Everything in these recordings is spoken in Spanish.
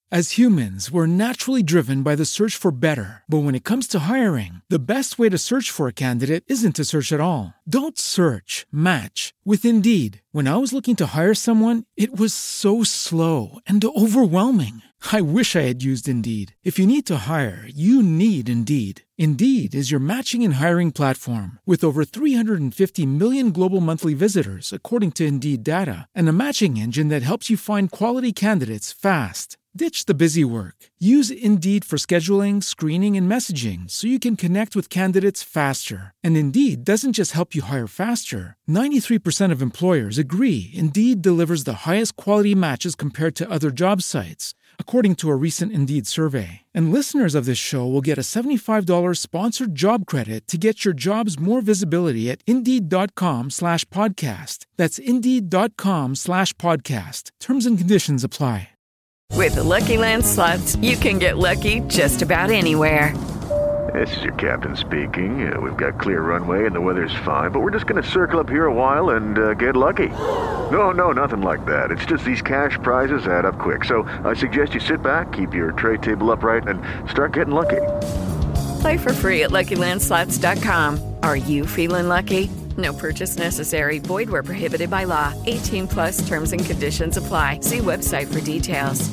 As humans, we're naturally driven by the search for better. But when it comes to hiring, the best way to search for a candidate isn't to search at all. Don't search, match with Indeed. When I was looking to hire someone, it was so slow and overwhelming. I wish I had used Indeed. If you need to hire, you need Indeed. Indeed is your matching and hiring platform with over 350 million global monthly visitors, according to Indeed data, and a matching engine that helps you find quality candidates fast. Ditch the busy work. Use Indeed for scheduling, screening, and messaging so you can connect with candidates faster. And Indeed doesn't just help you hire faster. 93% of employers agree Indeed delivers the highest quality matches compared to other job sites, according to a recent Indeed survey. And listeners of this show will get a $75 sponsored job credit to get your jobs more visibility at Indeed.com/podcast. That's Indeed.com/podcast. Terms and conditions apply. With the Lucky Land Slots, you can get lucky just about anywhere. This is your captain speaking. We've got clear runway and the weather's fine, but we're just going to circle up here a while and get lucky. No, nothing like that. It's just these cash prizes add up quick. So I suggest you sit back, keep your tray table upright, and start getting lucky. Play for free at LuckyLandSlots.com. Are you feeling lucky? No purchase necessary. Void where prohibited by law. 18+ terms and conditions apply. See website for details.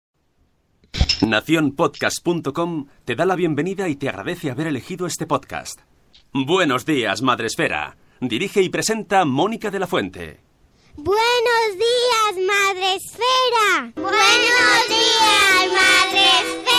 Nacionpodcast.com te da la bienvenida y te agradece haber elegido este podcast. Buenos días, Madresfera. Dirige y presenta Mónica de la Fuente. Buenos días, Madresfera. Buenos días, Madresfera.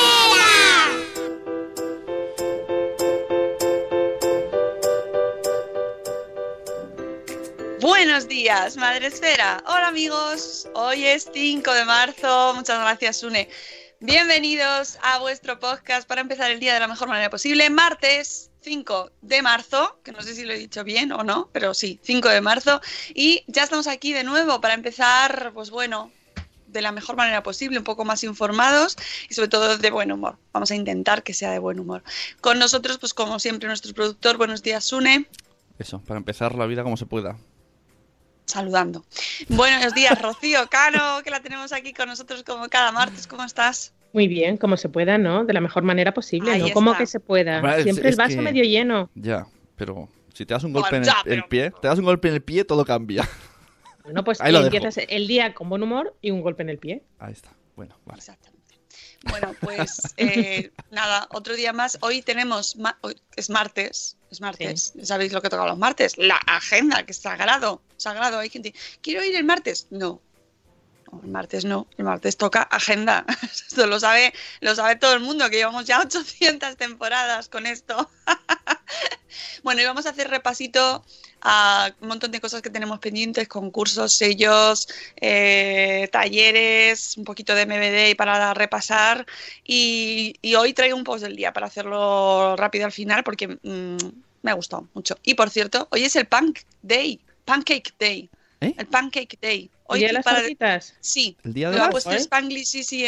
Buenos días, Madresfera. Hola amigos, hoy es 5 de marzo, muchas gracias Sune. Bienvenidos a vuestro podcast para empezar el día de la mejor manera posible. Martes 5 de marzo, que no sé si lo he dicho bien o no, pero sí, 5 de marzo. Y ya estamos aquí de nuevo para empezar, pues bueno, de la mejor manera posible, un poco más informados y sobre todo de buen humor. Vamos a intentar que sea de buen humor. Con nosotros, pues como siempre, nuestro productor. Buenos días, Sune. Eso, para empezar la vida como se pueda. Saludando. Buenos días, Rocío Cano, que la tenemos aquí con nosotros como cada martes. ¿Cómo estás? Muy bien, como se pueda, ¿no? De la mejor manera posible, Ahí ¿no? está. Como que se pueda. Siempre el vaso medio lleno. Ya, pero si te das un golpe Bueno, en el pie, todo cambia. Bueno, pues Ahí lo empiezas el día con buen humor y un golpe en el pie. Ahí está. Bueno, vale. Exactamente. Bueno, pues nada, otro día más. Hoy tenemos, hoy es martes. Sí. ¿Sabéis lo que toca los martes? La agenda, que es sagrado. Hay gente, ¿quiero ir el martes? No, el martes no. El martes toca agenda. Esto lo sabe todo el mundo, que llevamos ya 800 temporadas con esto. Bueno, y vamos a hacer repasito a un montón de cosas que tenemos pendientes, concursos, sellos, talleres, un poquito de MBD para repasar. Y hoy traigo un post del día para hacerlo rápido al final porque me ha gustado mucho. Y por cierto, hoy es el Pancake Day. El Pancake Day. Hoy ¿el día de las tortitas? Sí, ¿El día de lo ha puesto Spanglish sí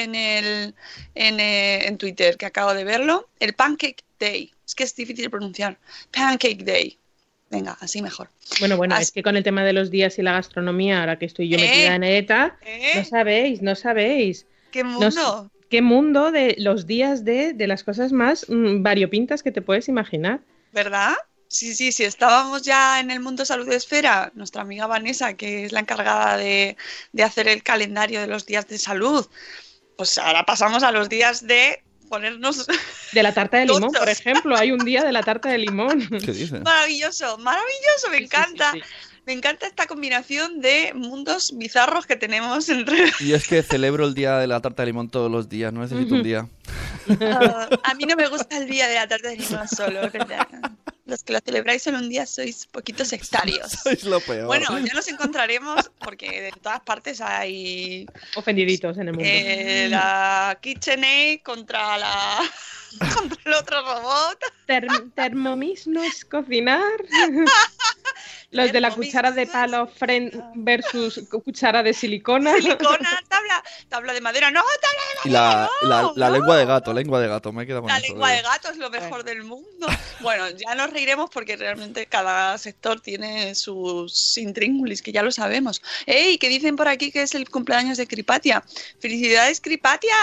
en Twitter, que acabo de verlo. El Pancake Day. Es que es difícil de pronunciar. Pancake Day. Venga, así mejor. Bueno, es que con el tema de los días y la gastronomía, ahora que estoy yo metida en ETA, no sabéis. ¿Qué mundo? ¿Qué mundo de los días de las cosas más variopintas que te puedes imaginar? ¿Verdad? Sí, estábamos ya en el mundo salud esfera, nuestra amiga Vanessa, que es la encargada de hacer el calendario de los días de salud, pues ahora pasamos a los días de ponernos... De la tarta de limón, por ejemplo, hay un día de la tarta de limón. ¿Qué dices? Maravilloso, me encanta. Sí. Me encanta esta combinación de mundos bizarros que tenemos entre... Y es que celebro el día de la tarta de limón todos los días, no necesito un día. A mí no me gusta el día de la tarta de limón solo, es verdad. Los que lo celebráis solo un día sois poquito sectarios. Sois lo peor. Bueno, ya nos encontraremos porque de todas partes hay... ofendiditos en el mundo. La KitchenAid contra el otro robot. Thermomix no es cocinar. Los de la cuchara de palo versus cuchara de silicona. Tabla de madera. No, y la lengua de gato, me he quedado con la eso. La lengua de gato es lo mejor del mundo. Bueno, ya nos reiremos porque realmente cada sector tiene sus intríngulis, que ya lo sabemos. ¡Ey! ¿Qué dicen por aquí que es el cumpleaños de Cripatia? ¡Felicidades, Cripatia!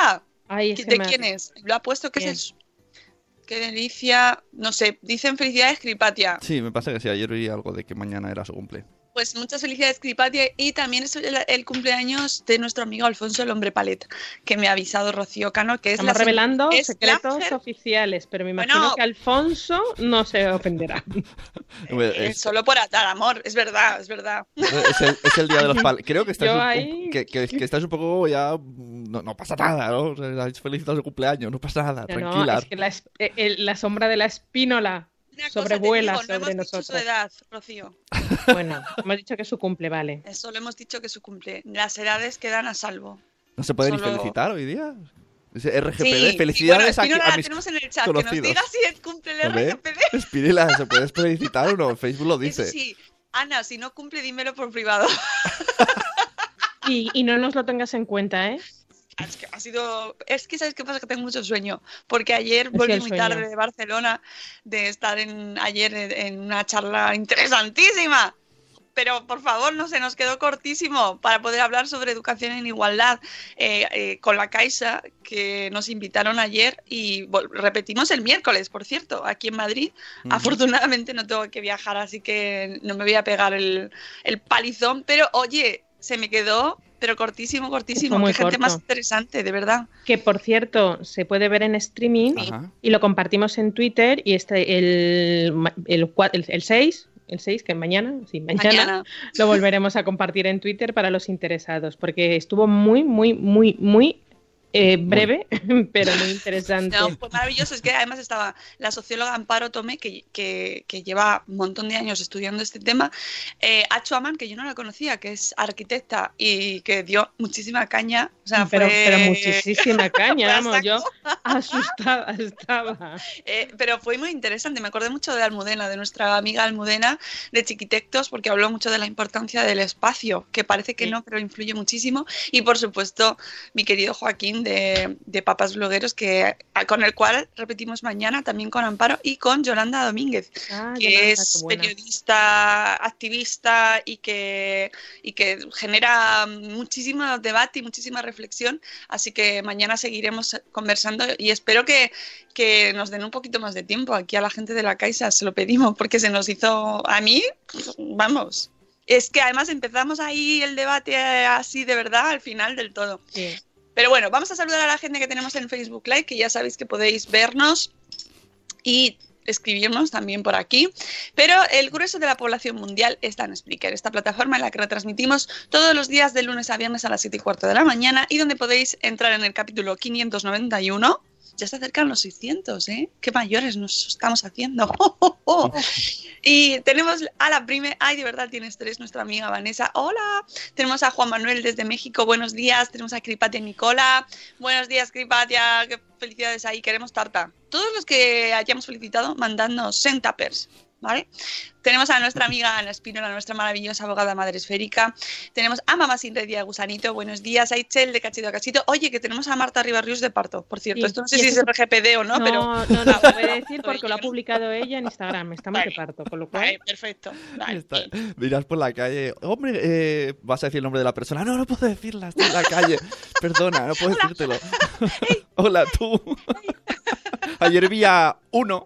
Ay, ¿De quién es? ¿Lo ha puesto? ¿Qué es eso? Qué delicia. No sé, dicen felicidades, Cripatia. Sí, me pasa que sí, ayer oí algo de que mañana era su cumple. Pues muchas felicidades, Cripatia, y también es el cumpleaños de nuestro amigo Alfonso el Hombre Paleta, que me ha avisado Rocío Cano que es Estamos revelando es secretos oficiales, pero me imagino que Alfonso no se ofenderá. Solo por atar, amor, es verdad. Es el día de los paletas. Creo que está que estás un poco ya... No pasa nada, ¿no? O sea, felicitas de cumpleaños, no pasa nada, tranquila. No, es que la sombra de la espínola sobrevuela sobre no hemos nosotros. Dicho su edad, Rocío. Bueno, hemos dicho que su cumple, vale. Solo hemos dicho que su cumple. Las edades quedan a salvo. ¿No se puede ni felicitar hoy día? RGPD, sí, felicidades bueno, a mis tenemos en el chat, conocidos. que nos diga si es cumple el RGPD. Espírila, ¿se puede felicitar o no? Facebook lo dice. Eso sí, Ana, si no cumple, dímelo por privado. Y no nos lo tengas en cuenta, ¿eh? Es que ¿sabes qué pasa? Que tengo mucho sueño, porque ayer volví muy tarde de Barcelona, de estar ayer en una charla interesantísima, pero por favor, no se nos quedó cortísimo para poder hablar sobre educación en igualdad con la Caixa, que nos invitaron ayer y repetimos el miércoles, por cierto, aquí en Madrid. Afortunadamente no tengo que viajar, así que no me voy a pegar el palizón, pero oye, se me quedó... Pero cortísimo. Qué gente más interesante, de verdad. Que, por cierto, se puede ver en streaming y lo compartimos en Twitter y el 6, que mañana lo volveremos a compartir en Twitter para los interesados, porque estuvo muy breve, pero muy interesante. No, pues maravilloso. Es que además estaba la socióloga Amparo Tomé, que lleva un montón de años estudiando este tema, Acho Aman, que yo no la conocía, que es arquitecta y que dio muchísima caña. O sea, pero muchísima caña, vamos, yo asustada estaba. Pero fue muy interesante. Me acordé mucho de Almudena, de nuestra amiga Almudena de Chiquitectos, porque habló mucho de la importancia del espacio, que parece que no, pero influye muchísimo. Y por supuesto, mi querido Joaquín de Papas Blogueros, con el cual repetimos mañana, también con Amparo y con Yolanda Domínguez, que es periodista, activista y que genera muchísimo debate y muchísima reflexión. Así que mañana seguiremos conversando y espero que nos den un poquito más de tiempo aquí a la gente de la Caixa. Se lo pedimos porque se nos hizo a mí, vamos. Es que además empezamos ahí el debate así de verdad al final del todo. Sí. Pero bueno, vamos a saludar a la gente que tenemos en Facebook Live, que ya sabéis que podéis vernos y escribirnos también por aquí. Pero el grueso de la población mundial está en Spreaker, esta plataforma en la que retransmitimos todos los días de lunes a viernes a las 7:15 de la mañana y donde podéis entrar en el capítulo 591. Ya se acercan los 600, ¿eh? Qué mayores nos estamos haciendo. Y tenemos a la prime, ay, de verdad tienes tres, nuestra amiga Vanessa. Hola. Tenemos a Juan Manuel desde México, buenos días. Tenemos a Cripatia Nicola. Buenos días, Cripatia. Qué felicidades ahí, queremos tarta. Todos los que hayamos felicitado, mandadnos sentapers, ¿vale? Tenemos a nuestra amiga Ana Espínola, nuestra maravillosa abogada madre esférica. Tenemos a Mamá Sin Red y a Gusanito. Buenos días, a Itzel de Cachito a Cachito. Oye, que tenemos a Marta Ribarrius de Parto, por cierto. Sí, esto no sé si es RGPD o no, pero... No, lo voy a decir porque lo ha publicado ella en Instagram. Estamos de parto, con lo cual... Vale, perfecto. Vale. Dirás por la calle, hombre, vas a decir el nombre de la persona. No puedo decirla, estoy en la calle. Perdona, no puedo decírtelo. Hola, tú. Ayer vi a uno.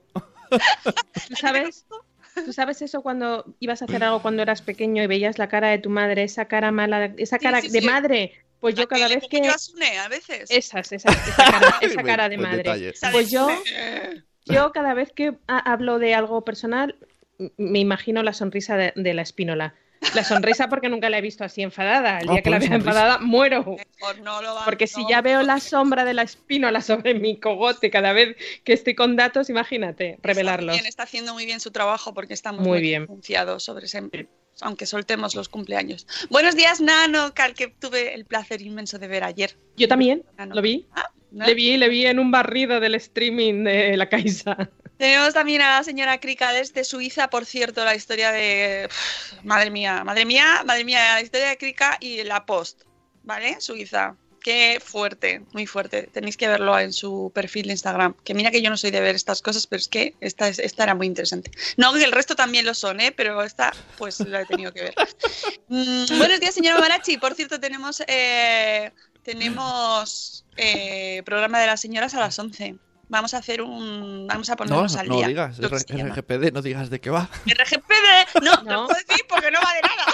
¿Tú sabes eso cuando ibas a hacer algo cuando eras pequeño y veías la cara de tu madre, esa cara mala, esa cara de madre? Pues yo cada vez que... Yo asune a veces. Esa cara de madre. Detalle. Pues yo cada vez que hablo de algo personal me imagino la sonrisa de la Espínola. La sonrisa porque nunca la he visto así enfadada. El día que la vea enfadada muero. Porque si ya veo la sombra de la Espínola sobre mi cogote cada vez que estoy con datos, imagínate, revelarlos. Está haciendo muy bien su trabajo porque está muy bien confiado sobre ese... Aunque soltemos los cumpleaños. Buenos días, Nano, que tuve el placer inmenso de ver ayer. Yo también, lo vi. Le vi en un barrido del streaming de la Caixa. Tenemos también a la señora Krika desde Suiza, por cierto, la historia de... Madre mía, la historia de Krika y la post, ¿vale? Suiza. Qué fuerte, muy fuerte. Tenéis que verlo en su perfil de Instagram. Que mira que yo no soy de ver estas cosas, pero es que esta era muy interesante. No, que el resto también lo son, ¿eh? Pero esta, pues la he tenido que ver. Buenos días, señora Marachi. Por cierto, tenemos tenemos programa de las señoras a las 11. Vamos a ponernos al día. No digas, RGPD, no digas de qué va. RGPD, no puedo decir porque no va de nada.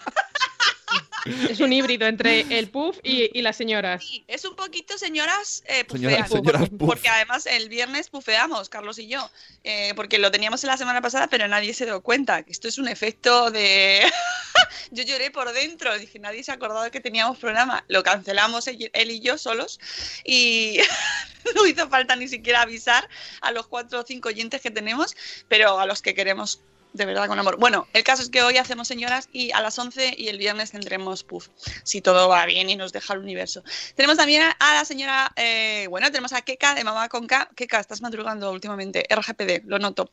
Es un híbrido entre el puff y las señoras. Sí, es un poquito señoras Señoras puff. Porque además el viernes pufeamos, Carlos y yo, porque lo teníamos en la semana pasada, pero nadie se dio cuenta. Que esto es un efecto de... Yo lloré por dentro, dije, nadie se ha acordado que teníamos programa. Lo cancelamos él y yo solos y no hizo falta ni siquiera avisar a los 4 o 5 oyentes que tenemos, pero a los que queremos de verdad con amor. Bueno, el caso es que hoy hacemos señoras y a las 11 y el viernes tendremos puff, si todo va bien y nos deja el universo. Tenemos también a la señora, tenemos a Keka de Mamá con K. Keka, estás madrugando últimamente, RGPD, lo noto.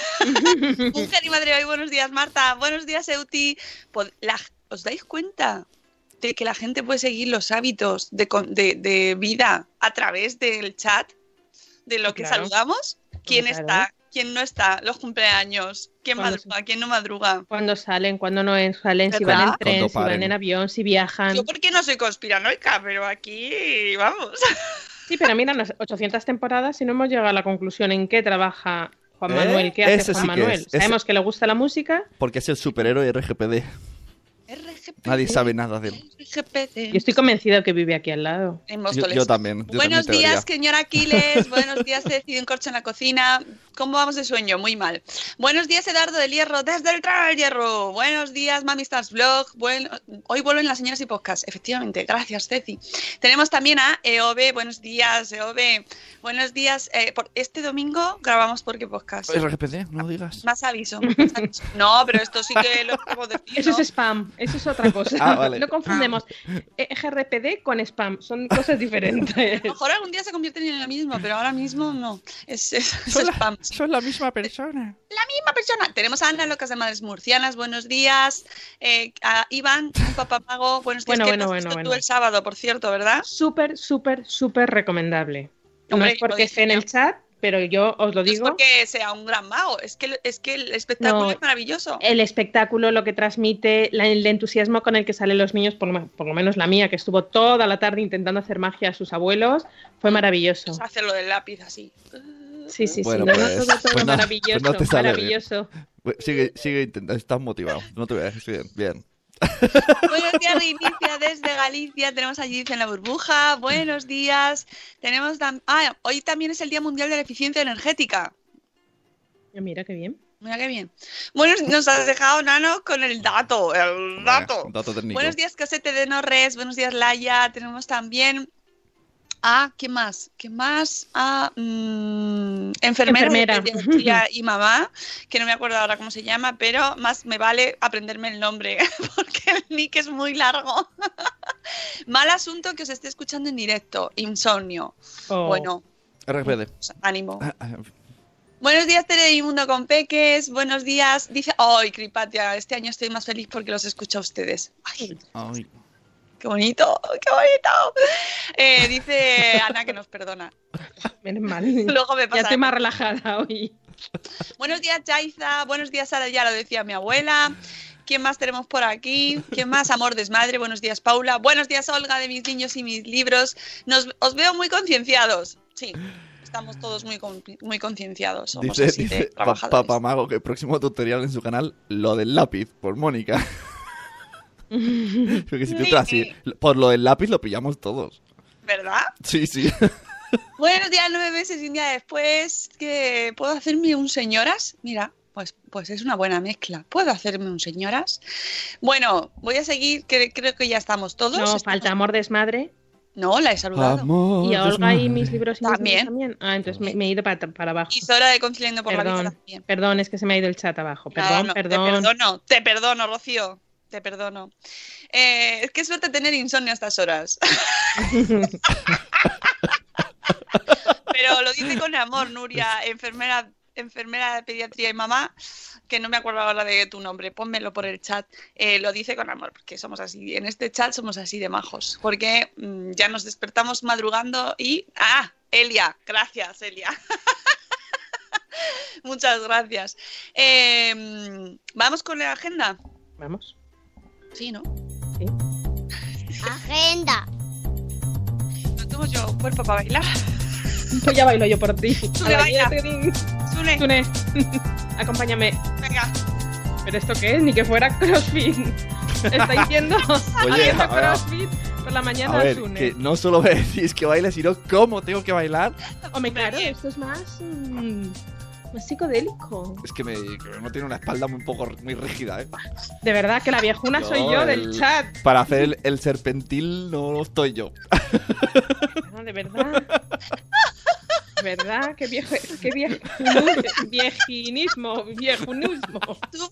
Mujer y madre hoy, buenos días Marta, buenos días Euti. ¿Os dais cuenta de que la gente puede seguir los hábitos de vida a través del chat? De lo que saludamos, quién está, quién no está, los cumpleaños, quién madruga, quién no madruga. Cuándo salen, cuándo no salen, si van en tren, si van en avión, si viajan. Yo porque no soy conspiranoica, pero aquí vamos. Sí, pero mira, 800 temporadas y no hemos llegado a la conclusión en qué trabaja Juan Manuel, qué hace Juan Manuel. Sabemos que le gusta la música. Porque es el superhéroe RGPD. Nadie sabe nada de él. Yo estoy convencida que vive aquí al lado. Yo también. Buenos días, señora Aquiles. Buenos días, te decido un corcho en la cocina. ¿Cómo vamos de sueño? Muy mal. Buenos días, Eduardo del Hierro, desde el tren del Hierro. Buenos días, Mami Stars Vlog. Hoy vuelven las señoras y podcast. Efectivamente, gracias, Ceci. Tenemos también a EOB. Buenos días, EOB. Buenos días. Por este domingo grabamos Porque Podcast. RGPD, no digas. Más aviso. No, pero esto sí que lo podemos decir. Eso es spam. Eso es otra cosa. Vale. No confundemos RGPD con spam. Son cosas diferentes. A lo mejor algún día se convierten en lo mismo, pero ahora mismo no. Es spam. Son la misma persona. La misma persona. Tenemos a Ana, Locas de Madres Murcianas. Buenos días. A Iván, un papamago. Buenos días. Bueno. Tú el sábado, por cierto, ¿verdad? Súper recomendable. Hombre, no es porque esté en el chat, pero yo os lo digo. No es porque sea un gran mago, es que el espectáculo es maravilloso. El espectáculo, lo que transmite, el entusiasmo con el que salen los niños, por lo menos la mía, que estuvo toda la tarde intentando hacer magia a sus abuelos, fue maravilloso. Hacerlo del lápiz así. Sí. Bueno, todo maravilloso. No te sale maravilloso. Bien. Sigue intentando, estás motivado. No te veas, bien. Buenos días, Reinicia, desde Galicia. Tenemos a Judith en la burbuja. Buenos días. Tenemos hoy también es el Día Mundial de la Eficiencia Energética. Mira qué bien. Mira qué bien. Bueno, nos has dejado, Nano, con el dato. Un dato técnico. Buenos días, Cosete de Norres. Buenos días, Laia. Tenemos también ¿qué más? Enfermera. Y mamá, que no me acuerdo ahora cómo se llama, pero más me vale aprenderme el nombre, porque el nick es muy largo. Mal asunto que os esté escuchando en directo. Insomnio. Bueno. RGPD. Ánimo. Buenos días, Telemundo con Peques. Buenos días. Dice, Cripatia, este año estoy más feliz porque los escucho a ustedes. Ay. ¡Qué bonito! Dice Ana que nos perdona. Menos mal. Luego me pasa. Ya estoy más relajada hoy. Buenos días, Yaiza. Buenos días, Sara. Ya lo decía mi abuela. ¿Quién más tenemos por aquí? ¿Quién más? Amor Desmadre. Buenos días, Paula. Buenos días, Olga, de mis niños y mis libros. Os veo muy concienciados. Sí. Estamos todos muy concienciados. Dice Papamago que el próximo tutorial en su canal, lo del lápiz, por Mónica. Porque si tú entras así, por lo del lápiz lo pillamos todos. ¿Verdad? Sí. Buenos días, 9 meses y un día después. ¿Que puedo hacerme un señoras? Mira, pues es una buena mezcla. ¿Puedo hacerme un señoras? Bueno, voy a seguir, que creo que ya estamos todos. No, falta Amor Desmadre. No, la he saludado. Amor, y a Olga y mis libros y también. Entonces me he ido para abajo. Y Zora de Conciliando por la Vida también. Perdón, es que se me ha ido el chat abajo. Perdón. Te perdono, Rocío. Te perdono. Es que suerte tener insomnio a estas horas. Pero lo dice con amor, Nuria, enfermera de pediatría y mamá, que no me acuerdo ahora de tu nombre, pónmelo por el chat. Lo dice con amor, porque somos así, en este chat somos así de majos, porque ya nos despertamos madrugando y... Elia, gracias, Elia. Muchas gracias. ¿Vamos con la agenda? Vamos. Sí, ¿no? Sí. Agenda. somos yo, cuerpo para bailar. Pues ya bailo yo por ti. Sune, baila. Sune, acompáñame. venga. ¿Pero esto qué es? Ni que fuera CrossFit. Está diciendo Oye, haciendo a ver, CrossFit por la mañana A ver, Sune. que no solo me decís que baile, sino cómo tengo que bailar. Hombre, claro, esto es más psicodélico. Es que no tiene una espalda muy rígida, ¿eh? De verdad que la viejuna soy yo del chat. Para hacer el serpentil no estoy yo. No, de verdad. ¿Verdad? Qué viejinismo. Tú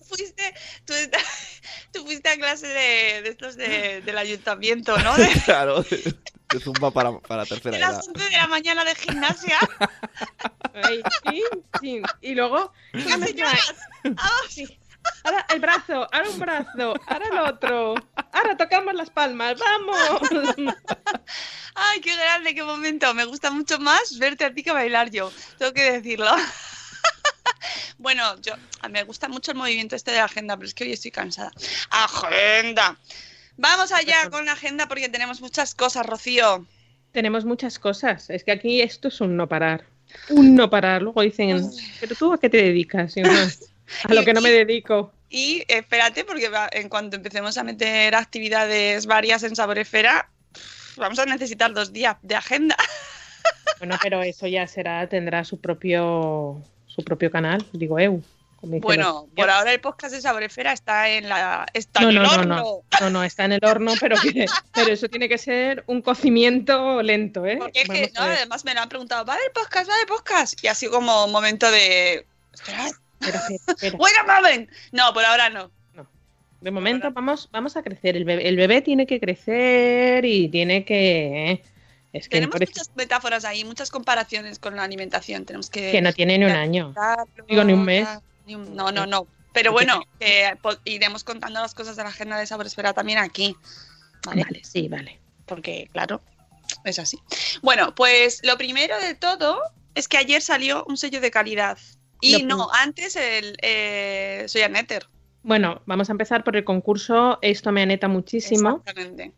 fuiste a clase de estos del ayuntamiento, ¿no? Claro, de zumba para tercera De edad. las 11 de la mañana de gimnasia. Ay, sí. Y luego... Venga, señoras, vamos. Sí. Ahora el brazo, ahora un brazo, ahora el otro. Ahora tocamos las palmas, ¡vamos! Ay, qué grande, qué momento. Me gusta mucho más verte a ti que bailar yo. Tengo que decirlo. Bueno, a mí me gusta mucho el movimiento este de la agenda, pero es que hoy estoy cansada. ¡Agenda! Vamos allá con la agenda porque tenemos muchas cosas, Rocío. Tenemos muchas cosas. Es que aquí esto es un no parar. Un no parar. Luego dicen, ¿pero tú a qué te dedicas? Y a lo que no me dedico. Y espérate, porque en cuanto empecemos a meter actividades varias en Saboresfera, vamos a necesitar 2 días de agenda. Bueno, pero eso ya tendrá su propio canal, digo Bueno, por ahora el podcast de Saboresfera está en el horno. No, está en el horno, pero eso tiene que ser un cocimiento lento, ¿eh? Porque es que, además me lo han preguntado, ¿va de podcast? Y así como un momento de... Espera. Wait a moment. No, por ahora no. De momento vamos a crecer. El bebé tiene que crecer y tiene que... Tenemos muchas metáforas ahí, muchas comparaciones con la alimentación. Tenemos que no tiene ni un año. Digo, ni un mes. No. Pero bueno, iremos contando las cosas de la agenda de Saboresfera también aquí. Vale, sí, vale. Porque, claro, es así. Bueno, pues lo primero de todo es que ayer salió un sello de calidad. Y antes Soy Anetter. Bueno, vamos a empezar por el concurso. Esto me aneta muchísimo. Exactamente.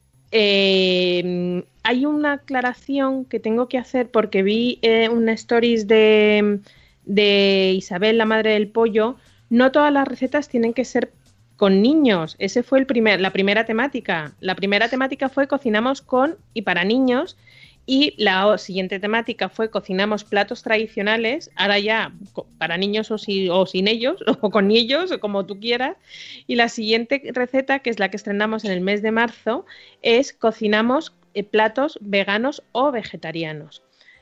Hay una aclaración que tengo que hacer porque vi una stories de Isabel, la madre del pollo. No todas las recetas tienen que ser con niños. Ese fue la primera temática. La primera temática fue cocinamos con y para niños. Y la siguiente temática fue cocinamos platos tradicionales, ahora ya para niños o sin ellos, o con ellos, o como tú quieras. Y la siguiente receta, que es la que estrenamos en el mes de marzo, es cocinamos platos veganos o vegetarianos.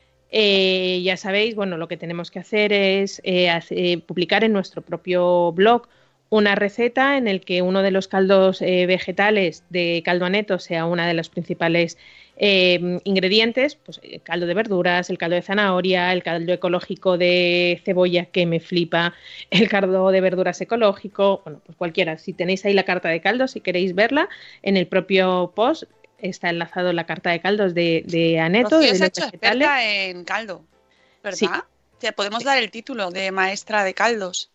Ya sabéis, bueno, lo que tenemos que hacer es publicar en nuestro propio blog una receta en el que uno de los caldos vegetales de caldo aneto sea una de las principales ingredientes, pues el caldo de verduras, el caldo de zanahoria, el caldo ecológico de cebolla que me flipa, el caldo de verduras ecológico, bueno, pues cualquiera. Si tenéis ahí la carta de caldos, si queréis verla, en el propio post está enlazado la carta de caldos de aneto. Rocío se ha hecho experta en caldo, ¿verdad? Sí. O sea, podemos dar el título de maestra de caldos.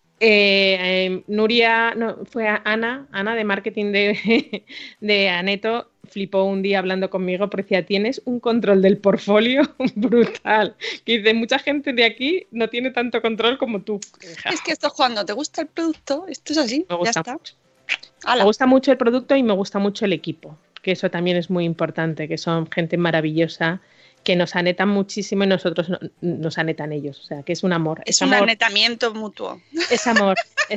Nuria, no, fue Ana de marketing de Aneto, flipó un día hablando conmigo porque decía, tienes un control del portfolio brutal. Que dice, mucha gente de aquí no tiene tanto control como tú. Es que esto, cuando te gusta el producto, esto es así, me gusta ya está. Mucho. Me gusta mucho el producto y me gusta mucho el equipo, que eso también es muy importante, que son gente maravillosa, que nos anetan muchísimo y nosotros nos anetan ellos, o sea, que es un amor. Es un anetamiento mutuo. Es amor,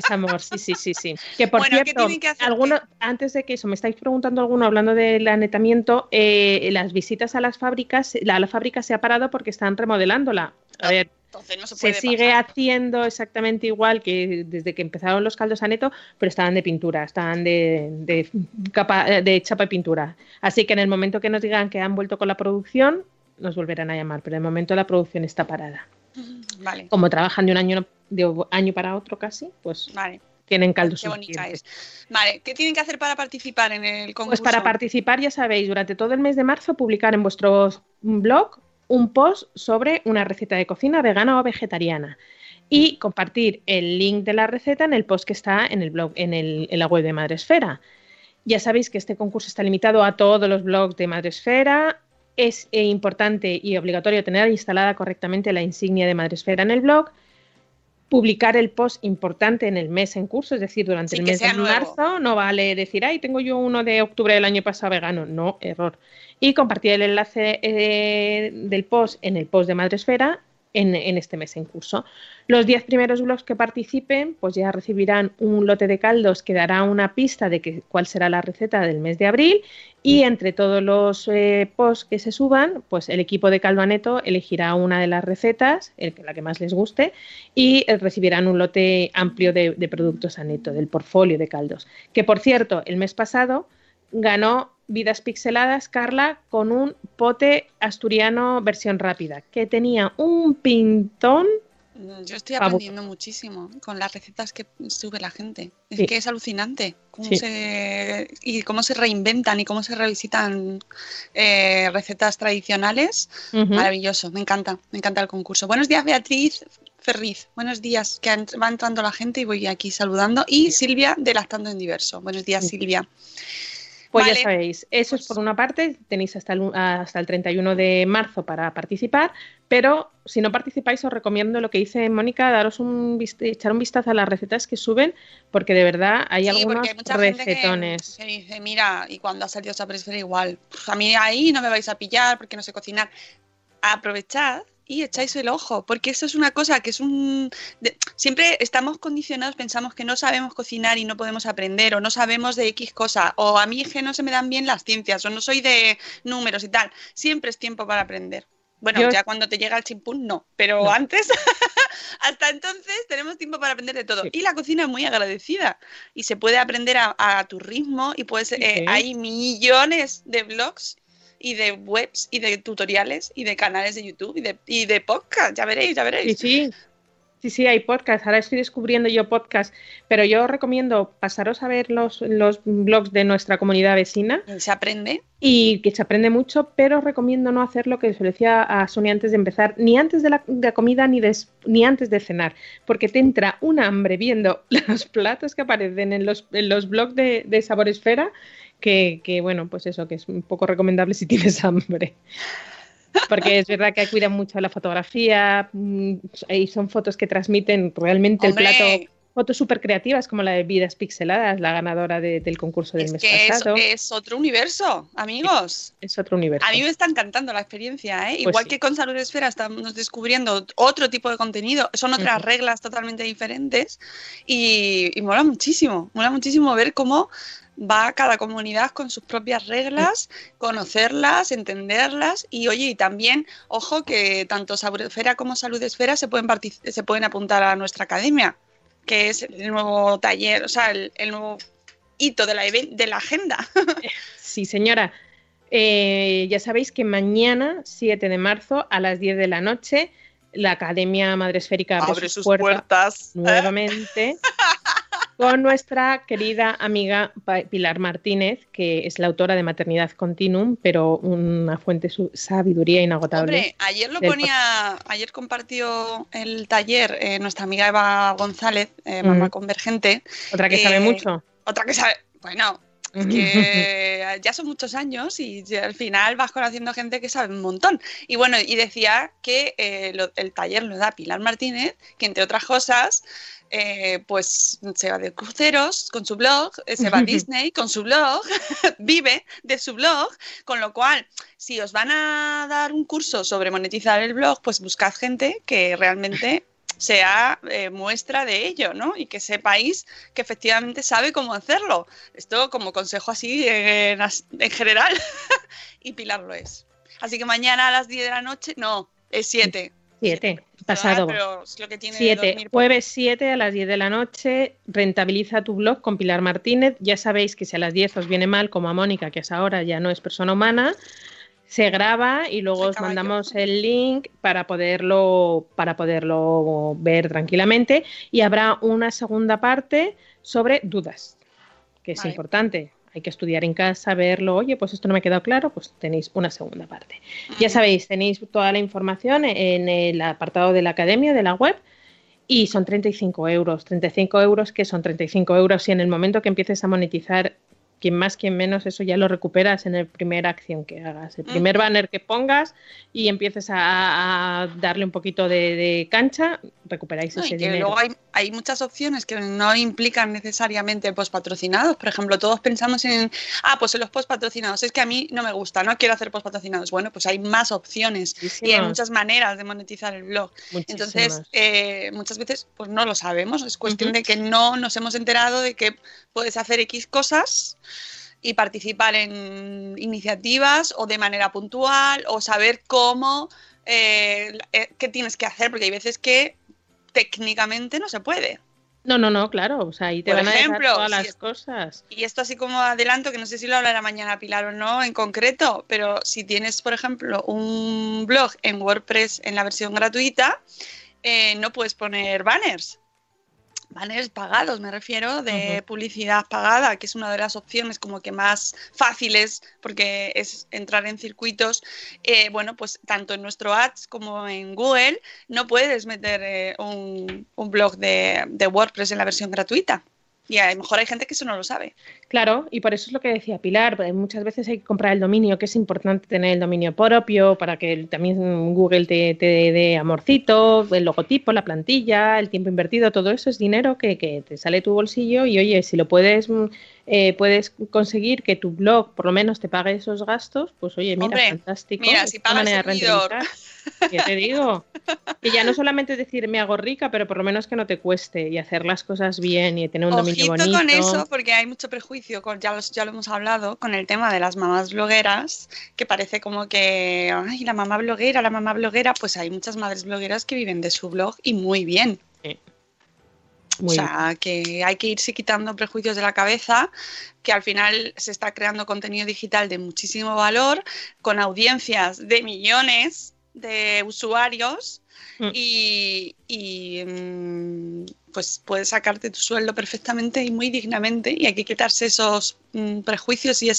sí. Que por cierto, antes de que eso, me estáis preguntando alguno, hablando del anetamiento, las visitas a las fábricas, la fábrica se ha parado porque están remodelándola. A ver, entonces no se sigue haciendo exactamente igual que desde que empezaron los caldos aneto, pero estaban de pintura, estaban de chapa y pintura. Así que en el momento que nos digan que han vuelto con la producción, nos volverán a llamar, pero de momento la producción está parada. Vale. Como trabajan de año para otro casi, pues vale. Tienen caldos. Qué bonita es. Vale, ¿qué tienen que hacer para participar en el concurso? Pues para participar, ya sabéis, durante todo el mes de marzo publicar en vuestro blog un post sobre una receta de cocina vegana o vegetariana y compartir el link de la receta en el post que está en el blog, en la web de Madresfera. Ya sabéis que este concurso está limitado a todos los blogs de Madresfera. Es importante y obligatorio tener instalada correctamente la insignia de Madresfera en el blog, publicar el post importante en el mes en curso, es decir, durante el mes de marzo. No vale decir, ay, tengo yo uno de octubre del año pasado vegano. No, error. Y compartir el enlace del post en el post de Madresfera en este mes en curso. Los 10 primeros blogs que participen pues ya recibirán un lote de caldos que dará una pista de cuál será la receta del mes de abril, y entre todos los posts que se suban, pues el equipo de Caldo Aneto elegirá una de las recetas, la que más les guste, y recibirán un lote amplio de productos Aneto, del portfolio de caldos. Que, por cierto, el mes pasado ganó Vidas Pixeladas, Carla, con un pote asturiano versión rápida, que tenía un pintón. Yo estoy aprendiendo muchísimo con las recetas que sube la gente. Es que es alucinante cómo se reinventan y cómo se revisitan recetas tradicionales. Maravilloso, me encanta el concurso. Buenos días, Beatriz Ferriz. Buenos días, que va entrando la gente y voy aquí saludando. Y Silvia de Lactando en Diverso. Buenos días, Silvia. Pues vale, ya sabéis, eso es por una parte, tenéis hasta el 31 de marzo para participar, pero si no participáis os recomiendo lo que dice Mónica, echar un vistazo a las recetas que suben, porque de verdad hay algunos recetones. Que dice, mira, y cuando ha salido esa Madresfera igual, a mí ahí no me vais a pillar porque no sé cocinar. Aprovechad y echáis el ojo, porque eso es una cosa que es siempre estamos condicionados, pensamos que no sabemos cocinar y no podemos aprender, o no sabemos de X cosa, o a mí es que no se me dan bien las ciencias, o no soy de números y tal. Siempre es tiempo para aprender. Bueno, ya cuando te llega el chimpún, no, pero antes, hasta entonces tenemos tiempo para aprender de todo. Sí. Y la cocina es muy agradecida y se puede aprender a tu ritmo y hay millones de blogs y de webs, y de tutoriales, y de canales de YouTube, y de podcast, ya veréis. Sí, hay podcast. Ahora estoy descubriendo yo podcast, pero yo os recomiendo pasaros a ver los blogs de nuestra comunidad vecina. Se aprende. Y que se aprende mucho, pero os recomiendo no hacer lo que se le decía a Sonia antes de empezar, ni antes de la comida, ni antes de cenar, porque te entra un hambre viendo los platos que aparecen en los blogs de Saboresfera, que bueno, pues eso, que es un poco recomendable si tienes hambre. Porque es verdad que cuidan mucho la fotografía y son fotos que transmiten realmente el plato. Fotos súper creativas como la de Vidas Pixeladas, la ganadora del concurso del mes pasado. Es otro universo, amigos. Es otro universo. A mí me está encantando la experiencia, ¿eh? Igual que con Saboresfera estamos descubriendo otro tipo de contenido, son otras reglas totalmente diferentes y mola muchísimo ver cómo va cada comunidad con sus propias reglas, conocerlas, entenderlas y también, ojo, que tanto Saboresfera como Saludesfera se pueden apuntar a nuestra academia, que es el nuevo taller, o sea, el nuevo hito de la agenda. Sí, señora. Ya sabéis que mañana, 7 de marzo, a las 10 de la noche, la Academia Madresférica abre sus puertas nuevamente. Con nuestra querida amiga Pilar Martínez, que es la autora de Maternidad Continuum, pero una fuente de sabiduría inagotable. Hombre, ayer compartió el taller nuestra amiga Eva González, Mamá Convergente. Otra que sabe mucho. Otra que sabe, bueno, es que ya son muchos años y al final vas conociendo gente que sabe un montón. Y bueno, y decía que el taller lo da Pilar Martínez, que entre otras cosas pues se va de cruceros con su blog, se va a Disney con su blog, vive de su blog, con lo cual, si os van a dar un curso sobre monetizar el blog, pues buscad gente que realmente sea muestra de ello, ¿no? Y que sepáis que efectivamente sabe cómo hacerlo. Esto como consejo así en general, y Pilar lo es. Así que mañana a las 10 de la noche, no, es 7. 7, pasado. Pero es lo que tiene 7, jueves 7 a las 10 de la noche, rentabiliza tu blog con Pilar Martínez. Ya sabéis que si a las 10 os viene mal, como a Mónica, que es ahora ya no es persona humana, se graba y luego os mandamos el link para poderlo ver tranquilamente, y habrá una segunda parte sobre dudas, que es importante. Hay que estudiar en casa, verlo. Oye, pues esto no me ha quedado claro, pues tenéis una segunda parte. Ya sabéis, tenéis toda la información en el apartado de la academia, de la web, y son 35 euros. 35 euros, que son 35 euros si en el momento que empieces a monetizar quien más, quien menos, eso ya lo recuperas en la primera acción que hagas. El primer banner que pongas y empieces a darle un poquito de cancha, recuperáis ese dinero. Luego hay muchas opciones que no implican necesariamente postpatrocinados. Por ejemplo, todos pensamos en los postpatrocinados. Es que a mí no me gusta, no quiero hacer postpatrocinados. Bueno, pues hay más opciones y hay muchas maneras de monetizar el blog. Entonces, muchas veces pues no lo sabemos. Es cuestión de que no nos hemos enterado de que puedes hacer X cosas y participar en iniciativas o de manera puntual o saber cómo, qué tienes que hacer, porque hay veces que técnicamente no se puede. No, claro, o sea, ahí te van a dejar todas las cosas. Y esto así como adelanto, que no sé si lo hablará mañana Pilar o no en concreto, pero si tienes, por ejemplo, un blog en WordPress en la versión gratuita, no puedes poner banners pagados, me refiero, de publicidad pagada, que es una de las opciones como que más fáciles, porque es entrar en circuitos. Pues tanto en nuestro Ads como en Google no puedes meter un blog de WordPress en la versión gratuita. Y a lo mejor hay gente que eso no lo sabe. Claro, y por eso es lo que decía Pilar, muchas veces hay que comprar el dominio, que es importante tener el dominio propio para que también Google te dé amorcito, el logotipo, la plantilla, el tiempo invertido, todo eso es dinero que te sale de tu bolsillo y oye, si lo puedes conseguir que tu blog por lo menos te pague esos gastos, pues oye, mira, fantástico. Mira, si pagas el servidor. ¿Qué te digo? Que ya no solamente decir me hago rica, pero por lo menos que no te cueste y hacer las cosas bien y tener un dominio bonito. Ojito con eso, porque hay mucho prejuicio, ya lo hemos hablado, con el tema de las mamás blogueras, que parece como que, ay, la mamá bloguera, pues hay muchas madres blogueras que viven de su blog y muy bien. Sí. Que hay que irse quitando prejuicios de la cabeza, que al final se está creando contenido digital de muchísimo valor, con audiencias de millones de usuarios pues puedes sacarte tu sueldo perfectamente y muy dignamente, y hay que quitarse esos prejuicios y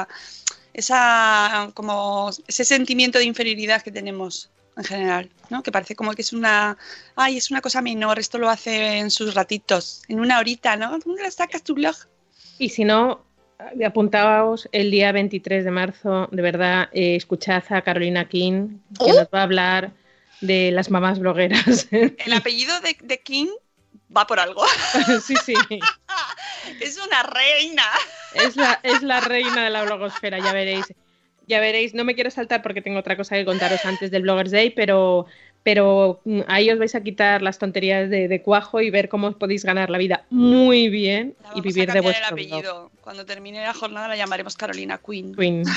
ese sentimiento de inferioridad que tenemos en general, ¿no? Que parece como que es una cosa menor, esto lo hace en sus ratitos, en una horita, ¿no? ¿Dónde sacas tu blog? Y si no, apuntaos el día 23 de marzo, de verdad, escuchad a Carolina King, que nos va a hablar de las mamás blogueras. El apellido de King va por algo. Sí. Es una reina. Es la reina de la blogosfera, ya veréis. No me quiero saltar porque tengo otra cosa que contaros antes del Bloggers Day, pero ahí os vais a quitar las tonterías de cuajo y ver cómo os podéis ganar la vida muy bien y vivir de vuestro el apellido. blog. Cuando termine la jornada la llamaremos Carolina Queen.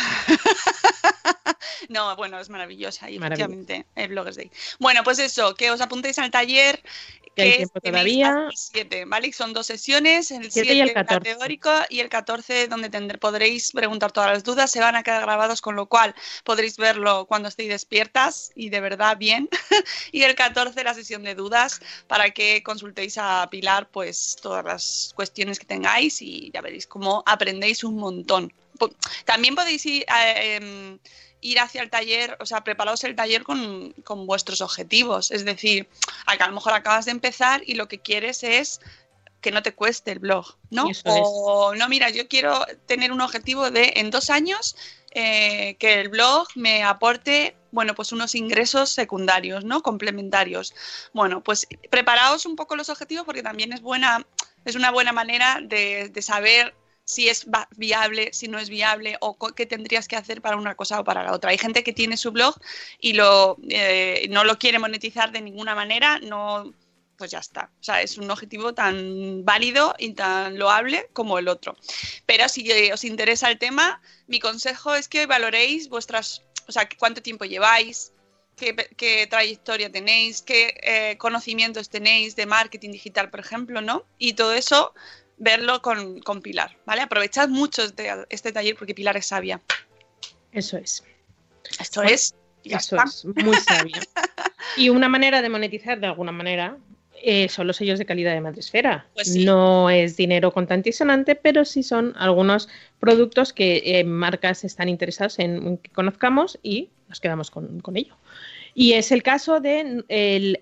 No, bueno, es maravillosa y efectivamente el Bloggers Day. Bueno, pues eso, que os apuntéis al taller. Que hay tiempo todavía. 7, ¿vale? Son 2 sesiones, el 7 y el 14. teórico y el 14 donde podréis preguntar todas las dudas, se van a quedar grabados, con lo cual podréis verlo cuando estéis despiertas y de verdad bien. Y el 14 la sesión de dudas para que consultéis a Pilar pues todas las cuestiones que tengáis y ya veréis cómo aprendéis un montón. También podéis ir hacia el taller, o sea, preparaos el taller con vuestros objetivos. Es decir, a lo mejor acabas de empezar y lo que quieres es que no te cueste el blog, ¿no? No, mira, yo quiero tener un objetivo de en 2 años que el blog me aporte, pues unos ingresos secundarios, ¿no? Complementarios. Bueno, pues preparaos un poco los objetivos porque también es una buena manera de saber si es viable, si no es viable o qué tendrías que hacer para una cosa o para la otra. Hay gente que tiene su blog y no lo quiere monetizar de ninguna manera, pues ya está. O sea, es un objetivo tan válido y tan loable como el otro. Pero si os interesa el tema, mi consejo es que valoréis cuánto tiempo lleváis, qué trayectoria tenéis, qué conocimientos tenéis de marketing digital, por ejemplo, ¿no? Y todo eso verlo con Pilar, ¿vale? Aprovechad mucho este taller porque Pilar es sabia. Eso es. Esto es muy sabia. Y una manera de monetizar de alguna manera son los sellos de calidad de Madresfera. Pues sí. No es dinero contante y sonante, pero sí son algunos productos que marcas están interesadas en que conozcamos y nos quedamos con ello. Y es el caso de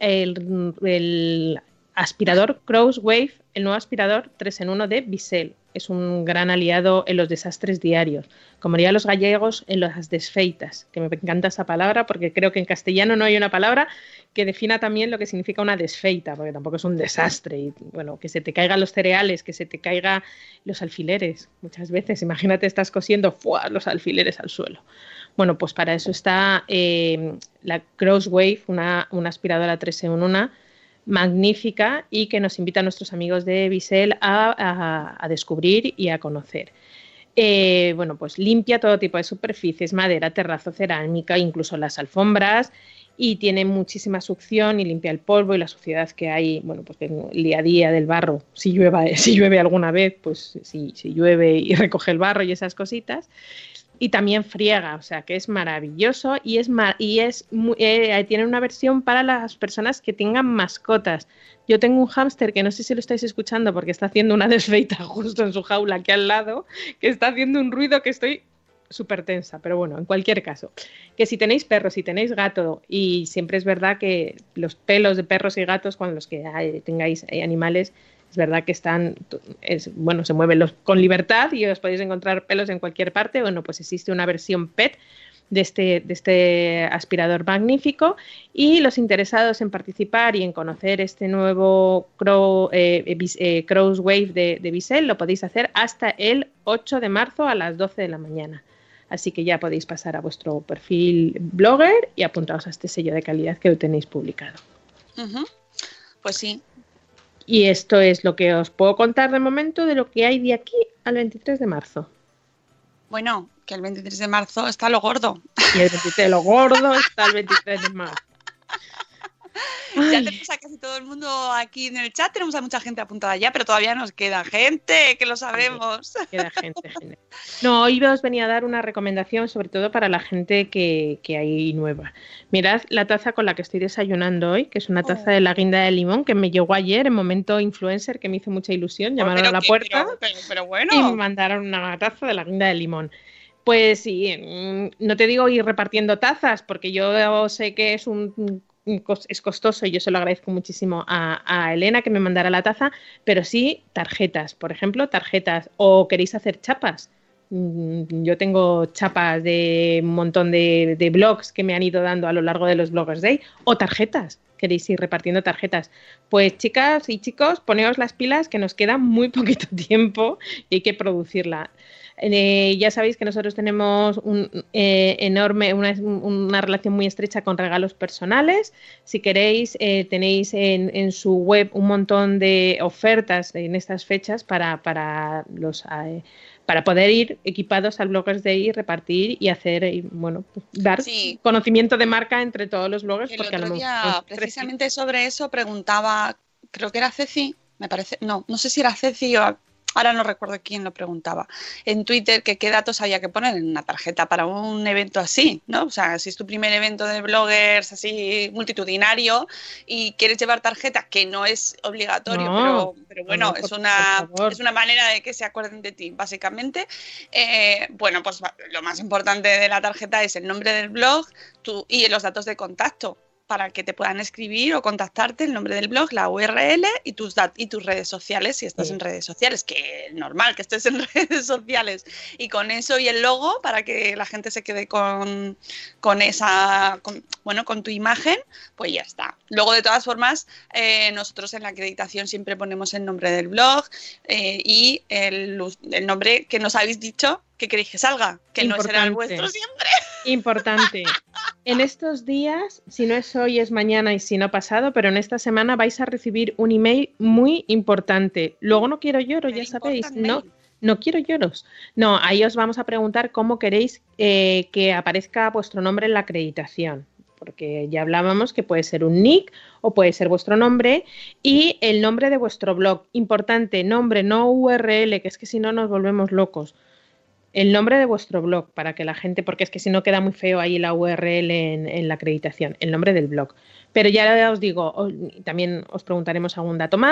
el aspirador Crosswave, el nuevo aspirador 3 en 1 de Bissell. es un gran aliado en los desastres diarios. Como dirían los gallegos, en las desfeitas, que me encanta esa palabra porque creo que en castellano no hay una palabra que defina también lo que significa una desfeita, porque tampoco es un desastre. Y bueno, que se te caigan los cereales, que se te caigan los alfileres. Muchas veces, imagínate, estás cosiendo ¡fua! Los alfileres al suelo. Bueno, pues para eso está la Crosswave, una aspiradora 3 en 1, magnífica y que nos invita a nuestros amigos de Bissell a descubrir y a conocer. Bueno, pues limpia todo tipo de superficies, madera, terrazo, cerámica, incluso las alfombras, y tiene muchísima succión y limpia el polvo y la suciedad que hay, bueno, pues en el día a día del barro, si llueve alguna vez, pues si llueve y recoge el barro y esas cositas. Y también friega, o sea que es maravilloso y tiene una versión para las personas que tengan mascotas. Yo tengo un hámster que no sé si lo estáis escuchando porque está haciendo una desfeita justo en su jaula aquí al lado, que está haciendo un ruido que estoy súper tensa, pero bueno, en cualquier caso, que si tenéis perros, si tenéis gato, y siempre es verdad que los pelos de perros y gatos, cuando los que tengáis animales, es verdad que se mueven con libertad y os podéis encontrar pelos en cualquier parte. Bueno, pues existe una versión PET de este aspirador magnífico, y los interesados en participar y en conocer este nuevo Crosswave de Bissell lo podéis hacer hasta el 8 de marzo a las 12 de la mañana. Así que ya podéis pasar a vuestro perfil blogger y apuntaros a este sello de calidad que lo tenéis publicado. Uh-huh. Pues sí. Y esto es lo que os puedo contar de momento de lo que hay de aquí al 23 de marzo. Bueno, que el 23 de marzo está lo gordo. Y el 23 de lo gordo está el 23 de marzo. Ya tenemos a casi todo el mundo aquí en el chat, tenemos a mucha gente apuntada ya, pero todavía nos queda gente, que lo sabemos. Queda gente. No, hoy os venía a dar una recomendación, sobre todo para la gente que hay nueva. Mirad la taza con la que estoy desayunando hoy, que es una taza de la guinda de limón que me llegó ayer en momento influencer, que me hizo mucha ilusión. Llamaron a la puerta pero bueno. Y me mandaron una taza de la guinda de limón. Pues sí, no te digo ir repartiendo tazas, porque yo sé que es costoso y yo se lo agradezco muchísimo a Elena que me mandara la taza, pero sí tarjetas, por ejemplo, tarjetas, o queréis hacer chapas. Yo tengo chapas de un montón de blogs que me han ido dando a lo largo de los Bloggers Day, o tarjetas, queréis ir repartiendo tarjetas. Pues chicas y chicos, poneos las pilas que nos queda muy poquito tiempo y hay que producirla. Ya sabéis que nosotros tenemos una relación muy estrecha con regalos personales. Si queréis, tenéis en su web un montón de ofertas en estas fechas para poder ir equipados al Bloggers Day y repartir y hacer, dar conocimiento de marca entre todos los bloggers. El otro día, precisamente sobre eso, preguntaba, creo que era Ceci, me parece, no sé si era Ceci o... Ahora no recuerdo quién lo preguntaba en Twitter, que qué datos había que poner en una tarjeta para un evento así, ¿no? O sea, si es tu primer evento de bloggers así multitudinario y quieres llevar tarjeta, que no es obligatorio, pero bueno, es una manera de que se acuerden de ti, básicamente. Bueno, pues lo más importante de la tarjeta es el nombre del blog y los datos de contacto, para que te puedan escribir o contactarte, el nombre del blog, la URL y tus redes sociales, si estás en redes sociales, que es normal que estés en redes sociales, y con eso y el logo para que la gente se quede con tu imagen, pues ya está. Luego, de todas formas, nosotros en la acreditación siempre ponemos el nombre del blog y el nombre que nos habéis dicho que queréis que salga, que no será el vuestro siempre. Importante. En estos días, si no es hoy, es mañana y si no pasado, pero en esta semana vais a recibir un email muy importante. Luego no quiero lloros, ya sabéis. No quiero lloros. No, ahí os vamos a preguntar cómo queréis que aparezca vuestro nombre en la acreditación. Porque ya hablábamos que puede ser un nick o puede ser vuestro nombre y el nombre de vuestro blog. Importante, nombre, no URL, que es que si no nos volvemos locos. El nombre de vuestro blog, para que la gente, porque es que si no queda muy feo ahí la URL en la acreditación, el nombre del blog. Pero ya os digo, también os preguntaremos algún dato más,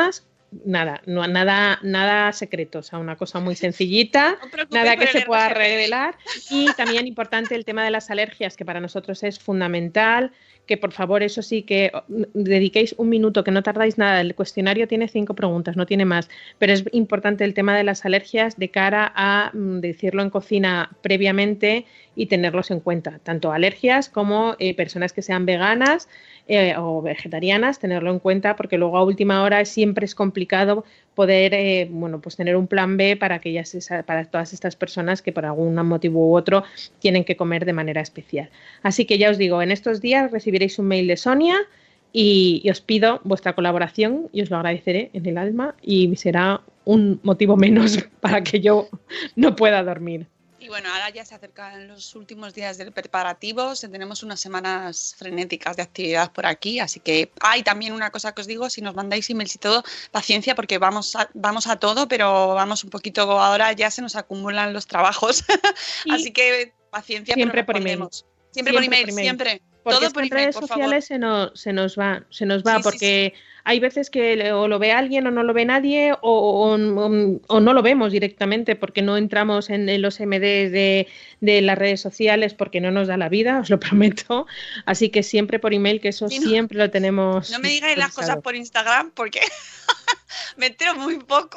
nada secreto, o sea, una cosa muy sencillita, nada que se pueda revelar. Y también importante el tema de las alergias, que para nosotros es fundamental, que por favor, eso sí, que dediquéis un minuto, que no tardáis nada. El cuestionario tiene 5 preguntas, no tiene más, pero es importante el tema de las alergias de cara a decirlo en cocina previamente y tenerlos en cuenta, tanto alergias como personas que sean veganas o vegetarianas, tenerlo en cuenta, porque luego a última hora siempre es complicado poder pues tener un plan B para todas estas personas que por algún motivo u otro tienen que comer de manera especial. Así que ya os digo, en estos días recibiréis un mail de Sonia y os pido vuestra colaboración y os lo agradeceré en el alma, y será un motivo menos para que yo no pueda dormir. Y bueno, ahora ya se acercan los últimos días del preparativos, tenemos unas semanas frenéticas de actividad por aquí, así que hay también una cosa que os digo, si nos mandáis emails y todo, paciencia, porque vamos a todo, pero vamos un poquito, ahora ya se nos acumulan los trabajos, así que paciencia. Siempre por email. Siempre por email, siempre. Porque todo por en email, redes por sociales favor. se nos va, Sí, porque hay veces que o lo ve alguien o no lo ve nadie, o no lo vemos directamente porque no entramos en los MDs de las redes sociales, porque no nos da la vida, os lo prometo. Así que siempre por email, que eso siempre lo tenemos. No me digáis las cosas por Instagram porque me entero muy poco.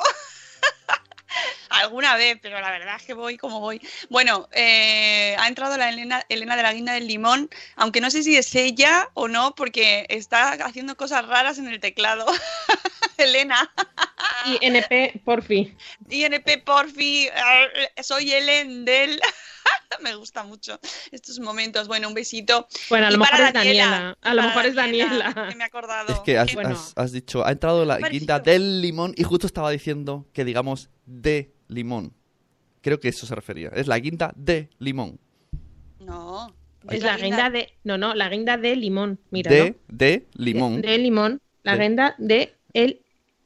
Alguna vez, pero la verdad es que voy como voy. Bueno, ha entrado la Elena de la Guinda del Limón, aunque no sé si es ella o no, porque está haciendo cosas raras en el teclado. Elena. INP porfi. INP porfi. Soy Ellen del... Me gusta mucho estos momentos. Bueno, un besito. Bueno, a lo mejor es Daniela. A lo mejor es Daniela. Que me he acordado. Es que has dicho, ha entrado la Guinda del Limón, y justo estaba diciendo que digamos de limón. Creo que eso se refería. Es la Guinda de Limón. No. Es la guinda de... No, la guinda de limón. Mira. De limón. De limón. La guinda de el...